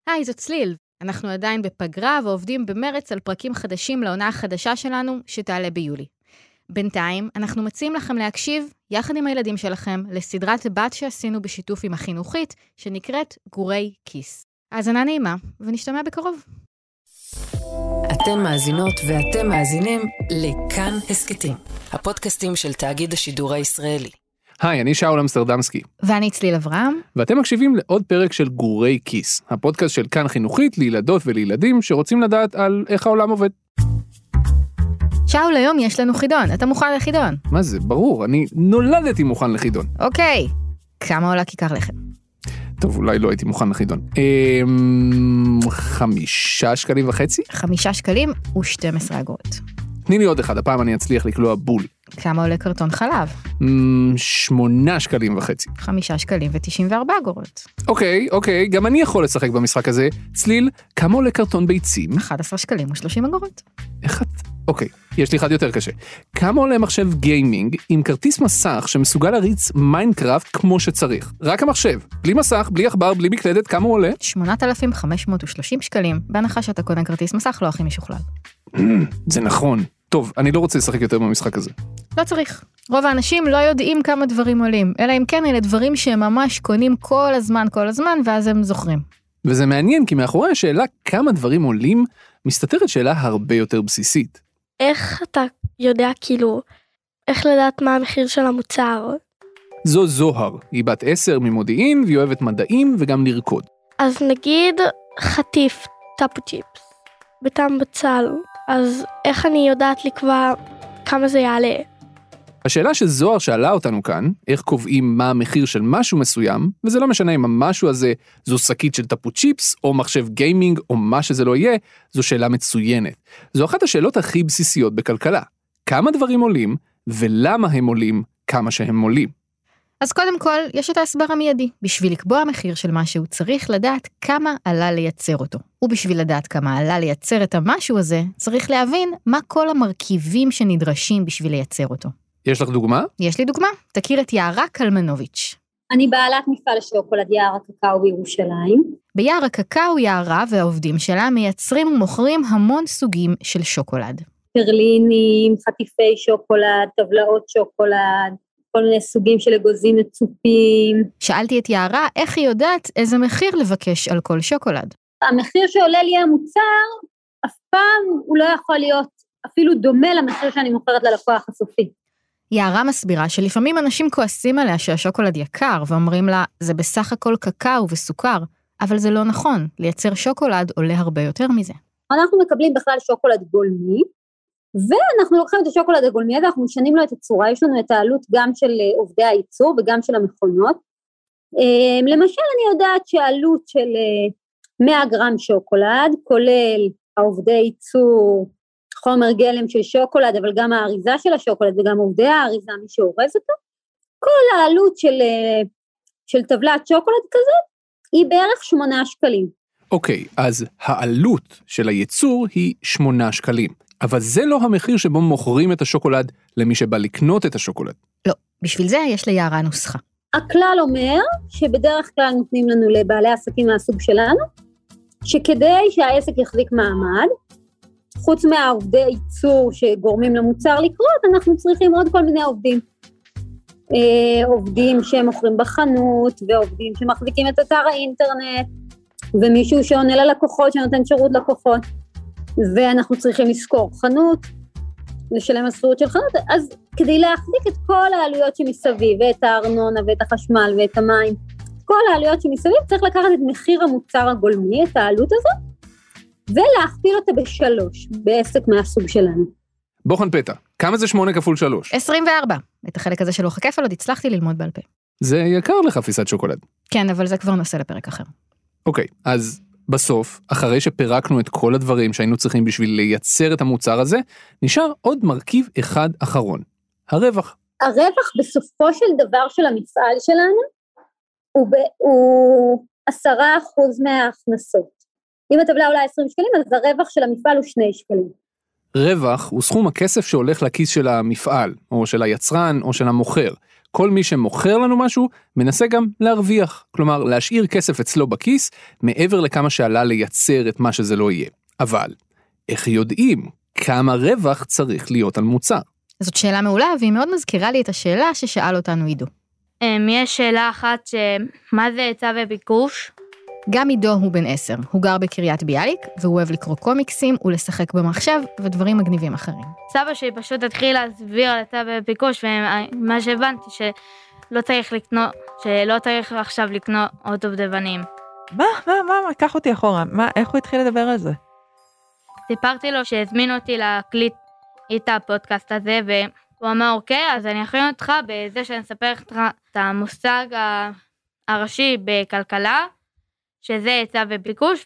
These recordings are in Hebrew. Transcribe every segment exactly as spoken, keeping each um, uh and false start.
היי, זאת צליל. אנחנו עדיין בפגרה ועובדים במרץ על פרקים חדשים לעונה החדשה שלנו שתעלה ביולי. בינתיים, אנחנו מציעים לכם להקשיב, יחד עם הילדים שלכם, לסדרת בת שעשינו בשיתוף עם החינוכית, שנקראת גורי כיס. האזנה נעימה, ונשתמע בקרוב. אתן מאזינות ואתם מאזינים לכאן הסקטים, הפודקאסטים של תאגיד השידור הישראלי. היי, אני שאול אמסטרדמסקי. ואני צליל אברהם. ואתם מקשיבים לעוד פרק של גורי כיס, הפודקאסט של כאן חינוכית לילדות ולילדים שרוצים לדעת על איך העולם עובד. שאול, היום יש לנו חידון. אתה מוכן לחידון? מה זה? ברור, אני נולדתי מוכן לחידון. אוקיי. כמה עולה כיכר לחם? טוב, אולי לא הייתי מוכן לחידון. אממ... חמישה שקלים וחצי? חמישה שקלים ושתים עשרה אגורות. תני לי עוד אחד, הפעם אני אצליח לקלוע בול. כמה עולה קרטון חלב? אממ... שמונה שקלים וחצי. חמישה שקלים ותשעים וארבע אגורות. אוקיי, אוקיי, גם אני יכול לשחק במשחק הזה. צליל, כמה עולה קרטון ביצים? אחד עשר שקלים ושלושים אגורות. אחד... אוקיי, יש לי אחד יותר קשה. כמה עולה מחשב גיימינג עם כרטיס מסך שמסוגל להריץ מיינקראפט כמו שצריך? רק המחשב, בלי מסך, בלי עכבר, בלי מקלדת, כמה הוא עולה? שמונת אלפים חמש מאות ושלושים שקלים, בהנחה שאתה קונה כרטיס מסך לא הכי משוכלל. זה נכון. טוב, אני לא רוצה לשחק יותר במשחק הזה. לא צריך. רוב האנשים לא יודעים כמה דברים עולים, אלא אם כן אלה דברים שהם ממש קונים כל הזמן, כל הזמן, ואז הם זוכרים. וזה מעניין, כי מאחורי השאלה כמה דברים עולים, מסתתרת שאלה הרבה יותר בסיסית. איך אתה יודע כאילו, איך לדעת מה המחיר של המוצר? זו זוהר, היא בת עשר ממודיעין, והיא אוהבת מדעים וגם לרקוד. אז נגיד חטיף טאפו צ'יפס, בטעם בצל, אז איך אני יודעת לקבוע כמה זה יעלה? השאלה שזוהר שאלה אותנו כאן, איך קובעים מה המחיר של משהו מסוים, וזה לא משנה אם המשהו הזה זו שקית של טאפו צ'יפס, או מחשב גיימינג, או מה שזה לא יהיה, זו שאלה מצוינת. זו אחת השאלות הכי בסיסיות בכלכלה. כמה דברים עולים, ולמה הם עולים כמה שהם עולים? אז קודם כל, יש את ההסבר המיידי. בשביל לקבוע המחיר של משהו, צריך לדעת כמה עלה לייצר אותו. ובשביל לדעת כמה עלה לייצר את המשהו הזה, צריך להבין מה כל המרכיבים שנדרשים בשביל לייצר אותו. יש לך דוגמה? יש לי דוגמה. תכיר את יערה קלמנוביץ'. אני בעלת מפעל השוקולד יער הקקאו בירושלים. ביער הקקאו יערה והעובדים שלה מייצרים ומוכרים המון סוגים של שוקולד. פרלינים, חטיפי שוקולד, טבלאות שוקולד, כל מיני סוגים של אגוזים מצופים. שאלתי את יערה איך היא יודעת איזה מחיר לבקש על כל שוקולד. המחיר שעולה לי המוצר, אף פעם הוא לא יכול להיות אפילו דומה למחיר שאני מוכרת ללקוח הסופי. יערה מסבירה שלפעמים אנשים כועסים עליה שהשוקולד יקר, ואומרים לה, זה בסך הכל קקאו וסוכר, אבל זה לא נכון, לייצר שוקולד עולה הרבה יותר מזה. אנחנו מקבלים בכלל שוקולד גולמי, ואנחנו לוקחים את השוקולד הגולמי, ואנחנו משנים לו את הצורה, יש לנו את העלות גם של עובדי הייצור, וגם של המכונות. למשל, אני יודעת שהעלות של מאה גרם שוקולד, כולל העובדי ייצור, חומר גלם של שוקולד, אבל גם האריזה של השוקולד, וגם עובדי האריזה, מי שאורז אותו, כל העלות של, של טבלת שוקולד כזאת, היא בערך שמונה שקלים. אוקיי, אז העלות של הייצור היא שמונה שקלים, אבל זה לא המחיר שבו מוכרים את השוקולד למי שבא לקנות את השוקולד. לא, בשביל זה יש ליערה נוסחה. הכלל אומר שבדרך כלל נותנים לנו לבעלי עסקים מהסוג שלנו, שכדי שהעסק יחזיק מעמד, חוץ מהעובדי ייצור שגורמים למוצר לקרות, אנחנו צריכים עוד כל מיני עובדים. אה, עובדים שמוכרים בחנות, ועובדים שמחזיקים את אתר האינטרנט, ומישהו שעונה ללקוחות, שנותן שירות לקוחות, ואנחנו צריכים לזכור חנות, לשלם השכירות של חנות, אז כדי להחזיק את כל העלויות שמסביב, ואת הארנונה, ואת החשמל, ואת המים, כל העלויות שמסביב, צריך לקחת את מחיר המוצר הגולמי, את העלות הזאת, ולהכפיל אותה בשלוש, בעסק מהסוג שלנו. בוחן פתע, כמה זה שמונה כפול שלוש? עשרים וארבע. את החלק הזה שלו חכף, עוד הצלחתי ללמוד בעל פה. זה יקר לך פיסת שוקולד. כן, אבל זה כבר נושא לפרק אחר. אוקיי, אז בסוף, אחרי שפירקנו את כל הדברים שהיינו צריכים בשביל לייצר את המוצר הזה, נשאר עוד מרכיב אחד אחרון, הרווח. הרווח בסופו של דבר של המפעל שלנו, הוא, ב, הוא עשרה אחוז מההכנסות. אם הטבלה עולה עשרים שקלים, אז הרווח של המפעל הוא שני שקלים. רווח הוא סכום הכסף שהולך לכיס של המפעל, או של היצרן, או של המוכר. כל מי שמוכר לנו משהו מנסה גם להרוויח, כלומר להשאיר כסף אצלו בכיס, מעבר לכמה שעלה לייצר את מה שזה לא יהיה. אבל איך יודעים כמה רווח צריך להיות על מוצר? זאת שאלה מעולה, והיא מאוד מזכירה לי את השאלה ששאל אותנו עידו. יש שאלה אחת, מה זה היצע וביקוש? גם עידו הוא בן עשר, הוא גר בקריית ביאליק, והוא אוהב לקרוא קומיקסים ולשחק במחשב ודברים מגניבים אחרים. סבא שלי פשוט התחיל להסביר על היצע וביקוש, ומה שהבנתי שלא צריך לקנות, שלא צריך עכשיו לקנות עוד דובדבנים. מה, מה, מה, מה, קח אותי אחורה, מה, איך הוא התחיל לדבר על זה? סיפרתי לו שהזמין אותי להקליט את הפודקאסט הזה, והוא אמר, אוקיי, אז אני אכין אותך בזה שאני אספר לך את המושג הראשי בכלכלה, שזה היצע וביקוש.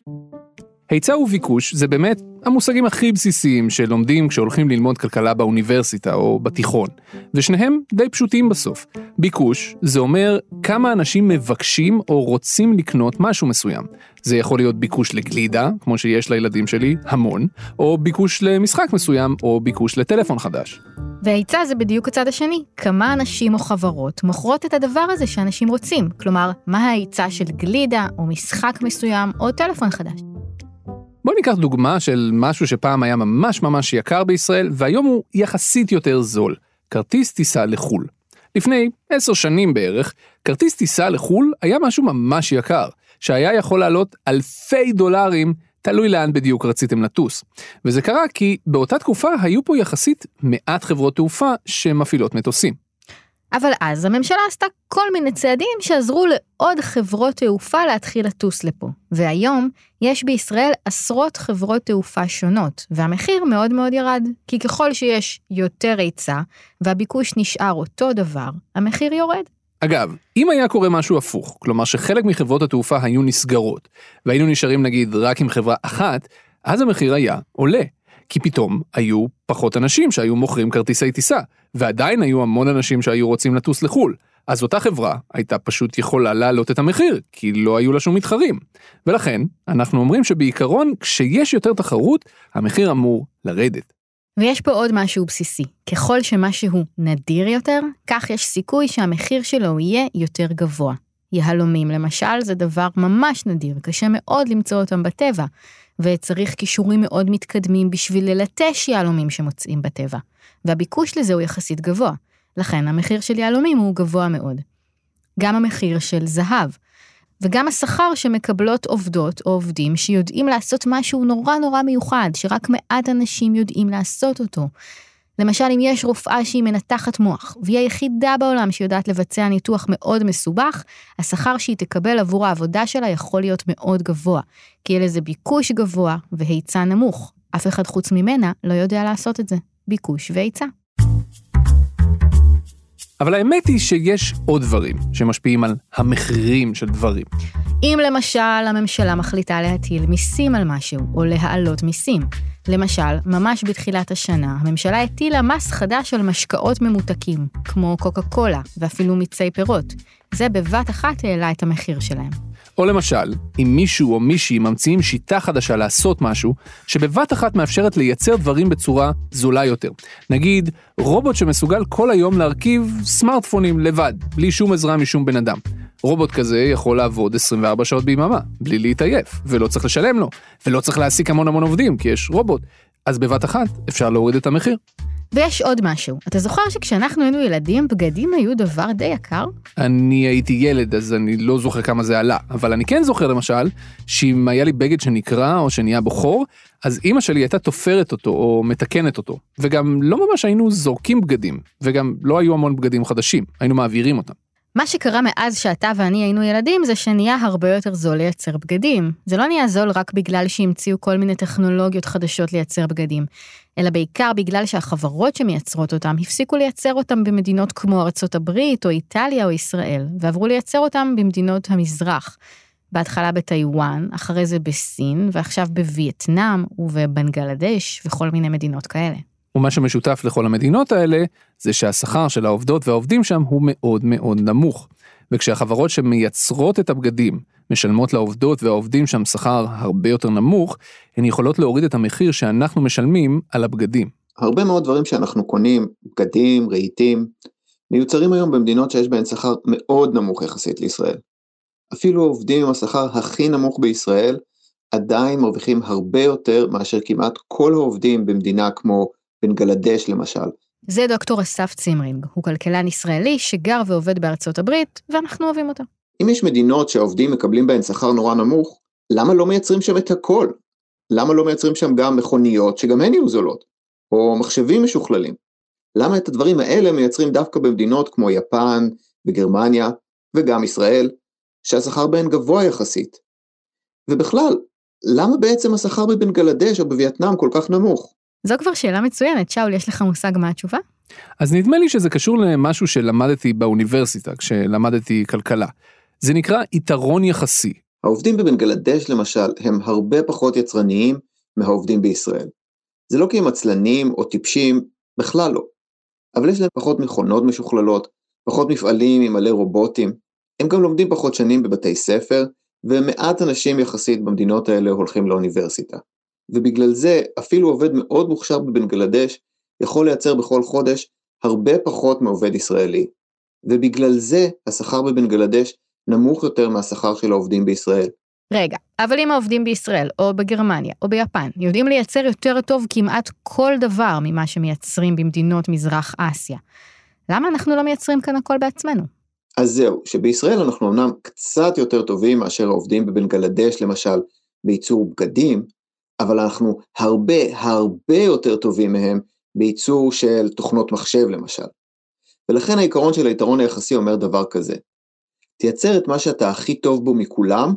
היצע וביקוש זה באמת המושגים הכי בסיסיים שלומדים כשהולכים ללמוד כלכלה באוניברסיטה או בתיכון, ושניהם די פשוטים בסוף. ביקוש זה אומר כמה אנשים מבקשים או רוצים לקנות משהו מסוים. זה יכול להיות ביקוש לגלידה, כמו שיש לילדים שלי, המון, או ביקוש למשחק מסוים, או ביקוש לטלפון חדש. וההיצע זה בדיוק הצד השני. כמה אנשים או חברות מוכרות את הדבר הזה שאנשים רוצים. כלומר, מה ההיצע של גלידה, או משחק מסוים, או טלפון חדש. בוא ניקח דוגמה של משהו שפעם היה ממש ממש יקר בישראל, והיום הוא יחסית יותר זול. כרטיס טיסה לחול. לפני עשר שנים בערך, כרטיס טיסה לחול היה משהו ממש יקר, שהיה יכול לעלות אלפי דולרים, תלוי לאן בדיוק רציתם לטוס. וזה קרה כי באותה תקופה היו פה יחסית מעט חברות תעופה שמפעילות מטוסים. אבל אז הממשלה עשתה כל מיני צעדים שעזרו לעוד חברות תעופה להתחיל לטוס לפה. והיום יש בישראל עשרות חברות תעופה שונות, והמחיר מאוד מאוד ירד. כי ככל שיש יותר היצע, והביקוש נשאר אותו דבר, המחיר יורד. אגב, אם היה קורה משהו הפוך, כלומר שחלק מחברות התעופה היו נסגרות, והיינו נשארים נגיד רק עם חברה אחת, אז המחיר היה עולה. כי פתאום היו פחות אנשים שהיו מוכרים כרטיסי טיסה, ועדיין היו המון אנשים שהיו רוצים לטוס לחול. אז אותה חברה הייתה פשוט יכולה להעלות את המחיר, כי לא היו לה שום מתחרים. ולכן, אנחנו אומרים שבעיקרון, כשיש יותר תחרות, המחיר אמור לרדת. ויש פה עוד משהו בסיסי. ככל שמשהו נדיר יותר, כך יש סיכוי שהמחיר שלו יהיה יותר גבוה. יהלומים למשל זה דבר ממש נדיר, קשה מאוד למצוא אותם בטבע, וצריך קישורים מאוד מתקדמים בשביל ללטש יהלומים שמוצאים בטבע. והביקוש לזה הוא יחסית גבוה. לכן המחיר של יהלומים הוא גבוה מאוד. גם המחיר של זהב, וגם השכר שמקבלות עובדות או עובדים שיודעים לעשות משהו נורא נורא מיוחד, שרק מעט אנשים יודעים לעשות אותו. למשל, אם יש רופאה שהיא מנתחת מוח, והיא היחידה בעולם שיודעת לבצע ניתוח מאוד מסובך, השכר שהיא תקבל עבור העבודה שלה יכול להיות מאוד גבוה, כי יהיה לזה ביקוש גבוה והיצע נמוך. אף אחד חוץ ממנה לא יודע לעשות את זה. ביקוש והיצע. אבל האמת היא שיש עוד דברים שמשפיעים על המחירים של דברים. אם למשל הממשלה מחליטה להטיל מיסים על משהו, או להעלות מיסים. למשל, ממש בתחילת השנה, הממשלה הטילה מס חדש על משקאות ממותקים, כמו קוקה קולה, ואפילו מיצי פירות. זה בבת אחת העלה את המחיר שלהם. או למשל, אם מישהו או מישהי ממציאים שיטה חדשה לעשות משהו, שבבת אחת מאפשרת לייצר דברים בצורה זולה יותר. נגיד, רובוט שמסוגל כל היום להרכיב סמארטפונים לבד, בלי שום עזרה משום בן אדם. רובוט כזה יכול לעבוד עשרים וארבע שעות ביממה, בלי להתעייף, ולא צריך לשלם לו, ולא צריך להעסיק המון המון עובדים, כי יש רובוט. אז בבת אחת אפשר להוריד את המחיר. ויש עוד משהו. אתה זוכר שכשאנחנו היינו ילדים, בגדים היו דבר די יקר? אני הייתי ילד, אז אני לא זוכר כמה זה עלה. אבל אני כן זוכר למשל, שאם היה לי בגד שנקרא או שנהיה בחור, אז אמא שלי הייתה תופרת אותו או מתקנת אותו. וגם לא ממש היינו זורקים בגדים, וגם לא היו המון בגדים חדשים, היינו מעבירים אותם. מה שקרה מאז שאתה ואני היינו ילדים, זה שנהיה הרבה יותר זול לייצר בגדים. זה לא נהיה זול רק בגלל שהמציאו כל מיני טכנולוגיות חדשות לייצר בגדים, אלא בעיקר בגלל שהחברות שמייצרות אותם, הפסיקו לייצר אותם במדינות כמו ארצות הברית, או איטליה, או ישראל, ועברו לייצר אותם במדינות המזרח. בהתחלה בטיואן, אחרי זה בסין, ועכשיו בווייטנאם, ובבנגלדש, וכל מיני מדינות כאלה. ומה שמשותף לכל המדינות האלה, זה שהשכר של העובדות והעובדים שם הוא מאוד מאוד נמוך. וכשהחברות שמייצרות את הבגדים, משלמות לעובדות והעובדים שם שכר הרבה יותר נמוך, הן יכולות להוריד את המחיר שאנחנו משלמים על הבגדים. הרבה מאוד דברים שאנחנו קונים, בגדים, רהיטים, מיוצרים היום במדינות שיש בהן שכר מאוד נמוך יחסית לישראל. אפילו עובדים עם השכר הכי נמוך בישראל, עדיין מרוויחים הרבה יותר מאשר כמעט כל העובדים במדינה כמו בנגלדש למשל. זה דוקטור אסף צימרינג, הוא כלכלן ישראלי שגר ועובד בארצות הברית, ואנחנו אוהבים אותו. אם יש מדינות שהעובדים מקבלים בהן שכר נורא נמוך, למה לא מייצרים שם את הכל? למה לא מייצרים שם גם מכוניות שגם הן יהיו זולות? או מחשבים משוכללים? למה את הדברים האלה מייצרים דווקא במדינות כמו יפן וגרמניה וגם ישראל, שהשכר בהן גבוה יחסית? ובכלל, למה בעצם השכר בבנגלדש או בווייטנאם כל כך נמוך? זו כבר שאלה מצוינת. שאול, יש לך מושג מה התשובה? אז נדמה לי שזה קשור למשהו שלמדתי באוניברסיטה, כשלמדתי כלכלה. זה נקרא יתרון יחסי. העובדים בבנגלדש למשל הם הרבה פחות יצרניים מהעובדים בישראל. זה לא כי הם עצלנים או טיפשים, בכלל לא. אבל יש להם פחות מכונות משוכללות, פחות מפעלים עם מלא רובוטים. הם גם לומדים פחות שנים בבתי ספר, ומעט אנשים יחסית במדינות האלה הולכים לאוניברסיטה. ובגלל זה אפילו עובד מאוד מוכשר בבנגלדש יכול לייצר בכל חודש הרבה פחות מעובד ישראלי. ובגלל זה השכר בבנגלדש נמוך יותר מהשכר של העובדים בישראל. רגע, אבל אם העובדים בישראל, או בגרמניה, או ביפן, יודעים לייצר יותר טוב כמעט כל דבר ממה שמייצרים במדינות מזרח אסיה, למה אנחנו לא מייצרים כאן הכל בעצמנו? אז זהו, שבישראל אנחנו אמנם קצת יותר טובים מאשר העובדים בבנגלדש למשל בייצור בגדים, אבל אנחנו הרבה הרבה יותר טובים מהם בייצור של תוכנות מחשב למשל. ולכן העיקרון של היתרון היחסי אומר דבר כזה, תייצר את מה שאתה הכי טוב בו מכולם,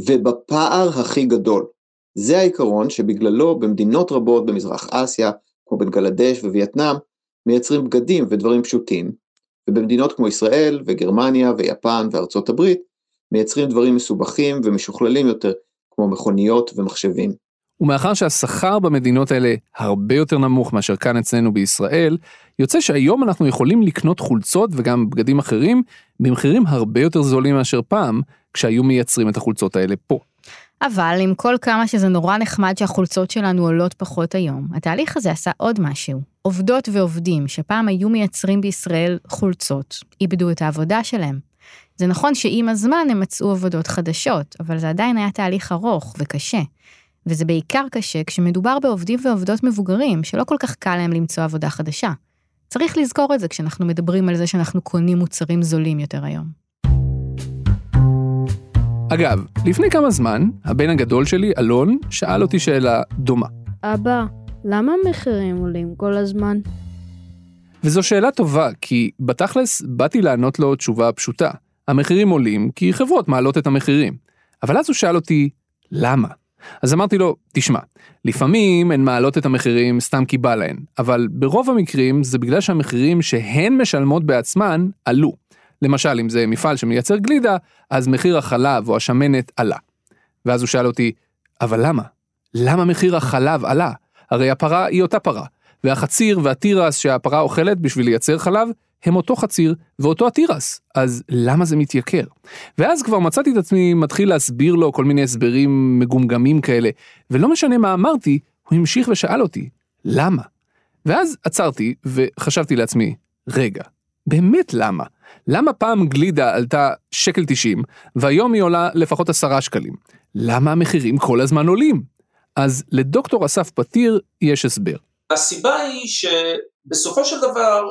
ובפער הכי גדול. זה העיקרון שבגללו במדינות רבות במזרח אסיה, כמו בנגלדש ווייטנאם, מייצרים בגדים ודברים פשוטים, ובמדינות כמו ישראל וגרמניה ויפן וארצות הברית, מייצרים דברים מסובכים ומשוכללים יותר, כמו מכוניות ומחשבים. ומאחר שהשכר במדינות האלה הרבה יותר נמוך מאשר כאן אצלנו בישראל, יוצא שהיום אנחנו יכולים לקנות חולצות וגם בגדים אחרים, במחירים הרבה יותר זולים מאשר פעם, כשהיו מייצרים את החולצות האלה פה. אבל עם כל כמה שזה נורא נחמד שהחולצות שלנו עולות פחות היום, התהליך הזה עשה עוד משהו. עובדות ועובדים שפעם היו מייצרים בישראל חולצות, איבדו את העבודה שלהם. זה נכון שעם הזמן הם מצאו עבודות חדשות, אבל זה עדיין היה תהליך ארוך וקשה. וזה בעיקר קשה כשמדובר בעובדים ועובדות מבוגרים, שלא כל כך קל להם למצוא עבודה חדשה. צריך לזכור את זה כשאנחנו מדברים על זה שאנחנו קונים מוצרים זולים יותר היום. אגב, לפני כמה זמן, הבן הגדול שלי, אלון, שאל אותי שאלה דומה. אבא, למה המחירים עולים כל הזמן? וזו שאלה טובה, כי בתכלס באתי לענות לו תשובה פשוטה. המחירים עולים כי חברות מעלות את המחירים. אבל אז הוא שאל אותי, למה? אז אמרתי לו, תשמע, לפעמים הן מעלות את המחירים סתם כי בא להן, אבל ברוב המקרים זה בגלל שהמחירים שהן משלמות בעצמן עלו. למשל, אם זה מפעל שמייצר גלידה, אז מחיר החלב או השמנת עלה. ואז הוא שאל אותי, אבל למה? למה מחיר החלב עלה? הרי הפרה היא אותה פרה, והחציר והתירס שהפרה אוכלת בשביל לייצר חלב, הם אותו חציר ואותו התירס, אז למה זה מתייקר? ואז כבר מצאתי את עצמי מתחיל להסביר לו כל מיני הסברים מגומגמים כאלה, ולא משנה מה אמרתי, הוא המשיך ושאל אותי, למה? ואז עצרתי וחשבתי לעצמי, רגע, באמת למה? למה פעם גלידה עלתה שקל תשעים, והיום היא עולה לפחות עשרה שקלים? למה המחירים כל הזמן עולים? אז לדוקטור אסף פתיר יש הסבר. הסיבה היא שבסופו של דבר,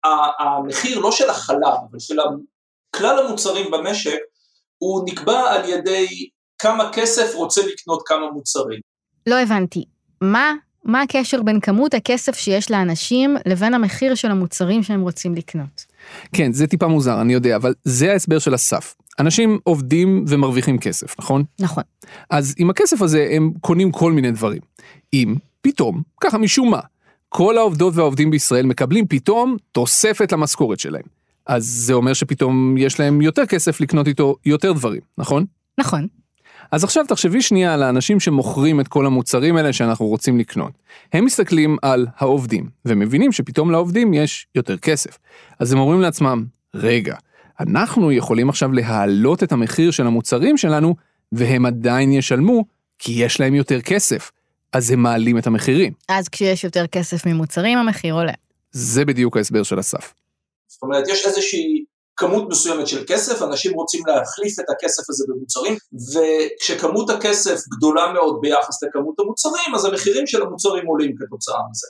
המחיר לא של החלב, אבל של כלל המוצרים במשק, הוא נקבע על ידי כמה כסף רוצה לקנות כמה מוצרים. לא הבנתי. מה, מה הקשר בין כמות הכסף שיש לאנשים לבין המחיר של המוצרים שהם רוצים לקנות? כן, זה טיפה מוזר, אני יודע, אבל זה ההסבר של אסף. אנשים עובדים ומרוויחים כסף, נכון? נכון. אז עם הכסף הזה הם קונים כל מיני דברים. אם פתאום, ככה משום מה, כל העובדות והעובדים בישראל מקבלים פתאום תוספת למשכורת שלהם. אז זה אומר שפתאום יש להם יותר כסף לקנות איתו יותר דברים, נכון? נכון. אז עכשיו תחשבי שנייה על האנשים שמוכרים את כל המוצרים האלה שאנחנו רוצים לקנות. הם מסתכלים על העובדים, ומבינים שפתאום לעובדים יש יותר כסף. אז הם אומרים לעצמם, רגע, אנחנו יכולים עכשיו להעלות את המחיר של המוצרים שלנו, והם עדיין ישלמו, כי יש להם יותר כסף. אז הם מעלים את המחירים. אז כשיש יותר כסף ממוצרים, המחיר עולה. זה בדיוק ההסבר של אסף. זאת אומרת, יש איזושהי כמות מסוימת של כסף, אנשים רוצים להחליף את הכסף הזה במוצרים, וכשכמות הכסף גדולה מאוד ביחס לכמות המוצרים, אז המחירים של המוצרים עולים כתוצאה מזה.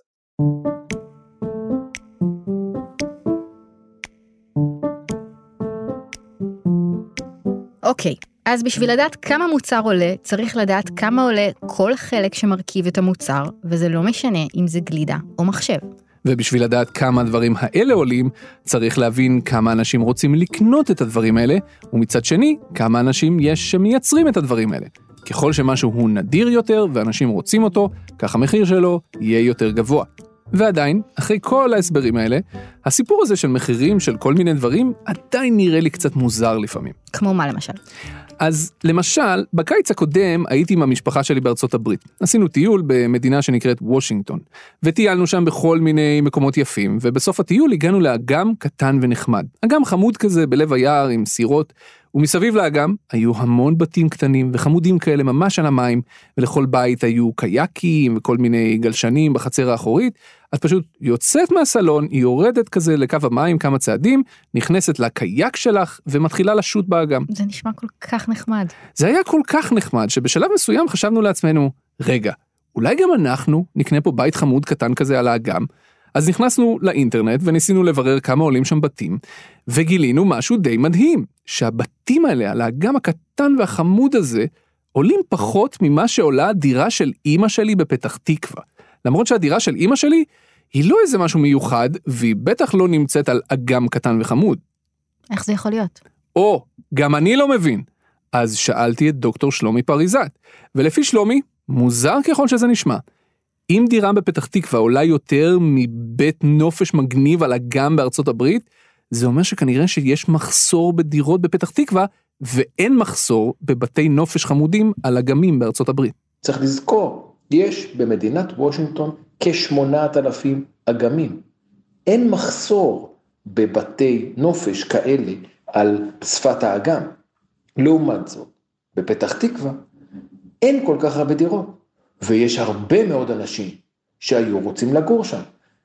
אוקיי, אז בשביל לדעת כמה מוצר עולה, צריך לדעת כמה עולה כל חלק שמרכיב את המוצר, וזה לא משנה אם זה גלידה או מחשב. ובשביל לדעת כמה הדברים האלה עולים, צריך להבין כמה אנשים רוצים לקנות את הדברים האלה, ומצד שני, כמה אנשים יש שמייצרים את הדברים האלה. ככל שמשהו הוא נדיר יותר ואנשים רוצים אותו, כך המחיר שלו יהיה יותר גבוה. ועדיין, אחרי כל ההסברים האלה, הסיפור הזה של מחירים של כל מיני דברים עדיין נראה לי קצת מוזר לפעמים. כמו מה למשל? אז למשל, בקיץ הקודם הייתי עם המשפחה שלי בארצות הברית. עשינו טיול במדינה שנקראת וושינגטון, וטיילנו שם בכל מיני מקומות יפים, ובסוף הטיול הגענו לאגם קטן ונחמד. אגם חמוד כזה בלב היער עם סירות, ומסביב לאגם היו המון בתים קטנים וחמודים כאלה ממש על המים, ולכל בית היו קייקים וכל מיני גלשנים בחצר האחורית. את פשוט יוצאת מהסלון, היא יורדת כזה לקו המים כמה צעדים, נכנסת לקייק שלך ומתחילה לשוט באגם. זה נשמע כל כך נחמד. זה היה כל כך נחמד שבשלב מסוים חשבנו לעצמנו, רגע, אולי גם אנחנו נקנה פה בית חמוד קטן כזה על האגם. אז נכנסנו לאינטרנט וניסינו לברר כמה עולים שם בתים, וגילינו משהו די מדהים, שהבתים האלה על האגם הקטן והחמוד הזה, עולים פחות ממה שעולה הדירה של אמא שלי בפתח תקווה. למרות שהדירה של אמא שלי היא לא איזה משהו מיוחד, והיא בטח לא נמצאת על אגם קטן וחמוד. איך זה יכול להיות? או, גם אני לא מבין. אז שאלתי את דוקטור שלומי פריזת, ולפי שלומי, מוזר ככל שזה נשמע, אם דירה בפתח תקווה עולה יותר מבית נופש מגניב על אגם בארצות הברית, זה אומר שכנראה שיש מחסור בדירות בפתח תקווה, ואין מחסור בבתי נופש חמודים על אגמים בארצות הברית. צריך לזכור, יש במדינת וושינגטון כשמונת אלפים אגמים. אין מחסור בבתי נופש כאלה על שפת האגם. לעומת זאת, בפתח תקווה אין כל כך הרבה דירות. ויש הרבה מאוד אנשים שהיו רוצים לגור שם.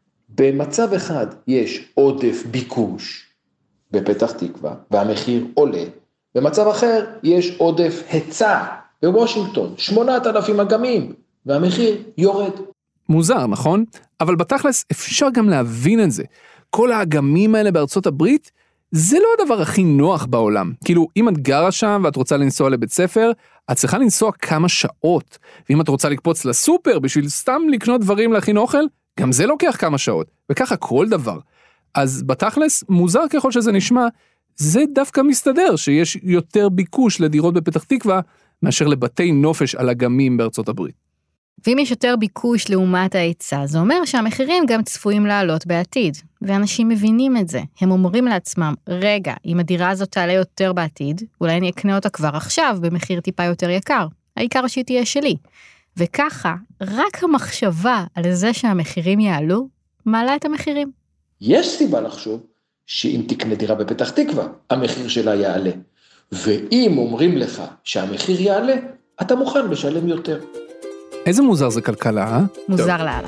במצב אחד יש עודף ביקוש בפתח תקווה, והמחיר עולה. במצב אחר יש עודף היצע בוושינגטון, שמונת אלפים אגמים, והמחיר יורד. מוזר, נכון? אבל בתכלס אפשר גם להבין את זה. כל האגמים האלה בארצות הברית, זה לא הדבר הכי נוח בעולם. כאילו, אם את גרה שם ואת רוצה לנסוע לבית ספר, את צריכה לנסוע כמה שעות. ואם את רוצה לקפוץ לסופר בשביל סתם לקנות דברים להכין אוכל, גם זה לוקח כמה שעות. וככה כל דבר. אז בתכלס, מוזר ככל שזה נשמע, זה דווקא מסתדר שיש יותר ביקוש לדירות בפתח תקווה, מאשר לבתי נופש על אגמים בארצות הברית. ואם יש יותר ביקוש לעומת ההיצע, זה אומר שהמחירים גם צפויים לעלות בעתיד. ואנשים מבינים את זה. הם אומרים לעצמם, רגע, אם הדירה הזאת תעלה יותר בעתיד, אולי אני אקנה אותה כבר עכשיו במחיר טיפה יותר יקר. העיקר שהיא תהיה שלי. וככה, רק המחשבה על זה שהמחירים יעלו, מעלה את המחירים. יש סיבה לחשוב שאם תקנה דירה בפתח תקווה, המחיר שלה יעלה. ואם אומרים לך שהמחיר יעלה, אתה מוכן לשלם יותר. איזה מוזר זה כלכלה, אה? מוזר לאללה.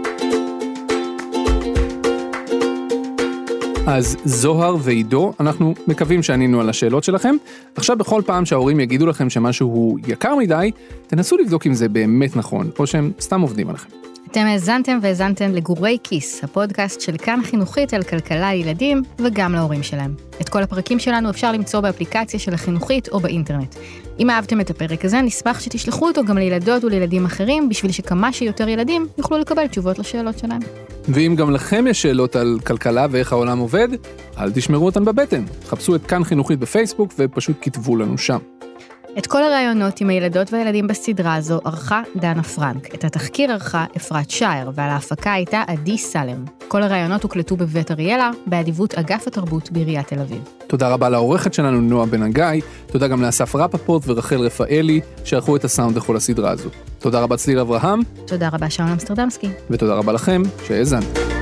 אז זוהר ועידו, אנחנו מקווים שענינו על השאלות שלכם. עכשיו בכל פעם שההורים יגידו לכם שמשהו הוא יקר מדי, תנסו לבדוק אם זה באמת נכון, או שהם סתם עובדים עליכם. אתם האזנתם והאזנתם לגורי כיס, הפודקאסט של כאן חינוכית על כלכלה ילדים וגם להורים שלהם. את כל הפרקים שלנו אפשר למצוא באפליקציה של החינוכית או באינטרנט. אם אהבתם את הפרק הזה, נשמח שתשלחו אותו גם לילדות ולילדים אחרים, בשביל שכמה שיותר ילדים יוכלו לקבל תשובות לשאלות שלהם. ואם גם לכם יש שאלות על כלכלה ואיך העולם עובד, אל תשמרו אותן בבטן. חפשו את כאן חינוכית בפייסבוק ופשוט כתבו לנו שם. את כל הרעיונות עם הילדות והילדים בסדרה הזו ערכה דנה פרנק. את התחקיר ערכה אפרת שייר, ועל ההפקה הייתה עדי סלם. כל הרעיונות הוקלטו בבית אריאלה, באדיבות אגף התרבות בעיריית תל אביב. תודה רבה לעורכת שלנו נועה בן הגיא, תודה גם לאסף רפפורט ורחל רפאלי, שערכו את הסאונד לכל הסדרה הזו. תודה רבה צליל אברהם. תודה רבה שאול אמסטרדמסקי. ותודה רבה לכם שהאזנתם.